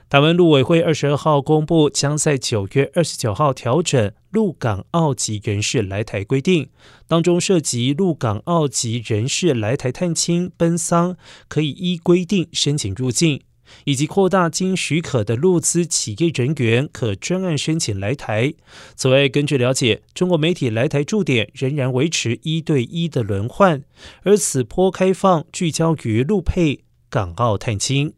台湾陆委会22号公布，将在9月29号调整陆港澳籍人士来台规定，当中涉及陆港澳籍人士来台探亲、奔丧，可以依规定申请入境，以及扩大经许可的陆资企业人员可专案申请来台。此外，根据了解，中国媒体来台驻点仍然维持1对1的轮换，而此波开放聚焦于陆配港澳探亲。